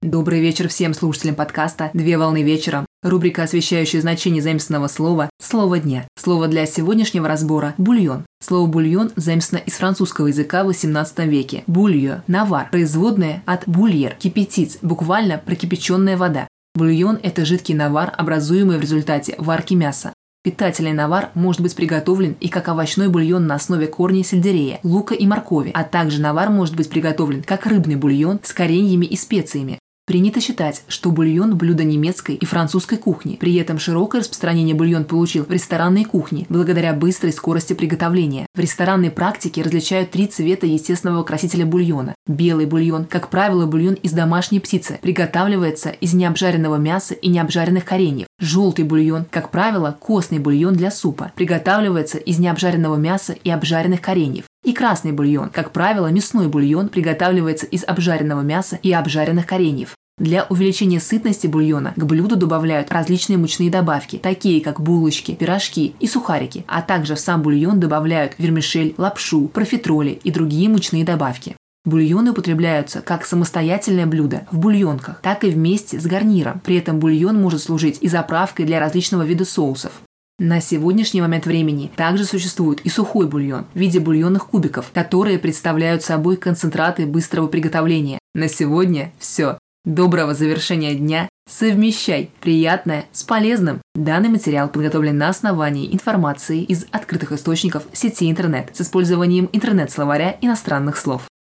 Добрый вечер всем слушателям подкаста «Две волны вечером». Рубрика, освещающая значение заимствованного слова «Слово дня». Слово для сегодняшнего разбора – бульон. Слово «бульон» заимствовано из французского языка в XVIII веке. Бульё – навар, производное от бульер – кипятить, буквально прокипяченная вода. Бульон – это жидкий навар, образуемый в результате варки мяса. Питательный навар может быть приготовлен и как овощной бульон на основе корней сельдерея, лука и моркови, а также навар может быть приготовлен как рыбный бульон с кореньями и специями. Принято считать, что бульон – блюдо немецкой и французской кухни. При этом широкое распространение бульон получил в ресторанной кухне, благодаря быстрой скорости приготовления. В ресторанной практике различают 3 цвета естественного красителя бульона. Белый бульон, как правило, бульон из домашней птицы, приготавливается из необжаренного мяса и необжаренных кореньев. Желтый бульон, как правило, костный бульон для супа, приготавливается из необжаренного мяса и обжаренных кореньев. И красный бульон, как правило, мясной бульон, приготавливается из обжаренного мяса и обжаренных кореньев. Для увеличения сытности бульона к блюду добавляют различные мучные добавки, такие как булочки, пирожки и сухарики, а также в сам бульон добавляют вермишель, лапшу, профитроли и другие мучные добавки. Бульоны употребляются как самостоятельное блюдо в бульонках, так и вместе с гарниром. При этом бульон может служить и заправкой для различного вида соусов. На сегодняшний момент времени также существует и сухой бульон в виде бульонных кубиков, которые представляют собой концентраты быстрого приготовления. На сегодня все. Доброго завершения дня. Совмещай приятное с полезным. Данный материал подготовлен на основании информации из открытых источников сети интернет с использованием интернет-словаря иностранных слов.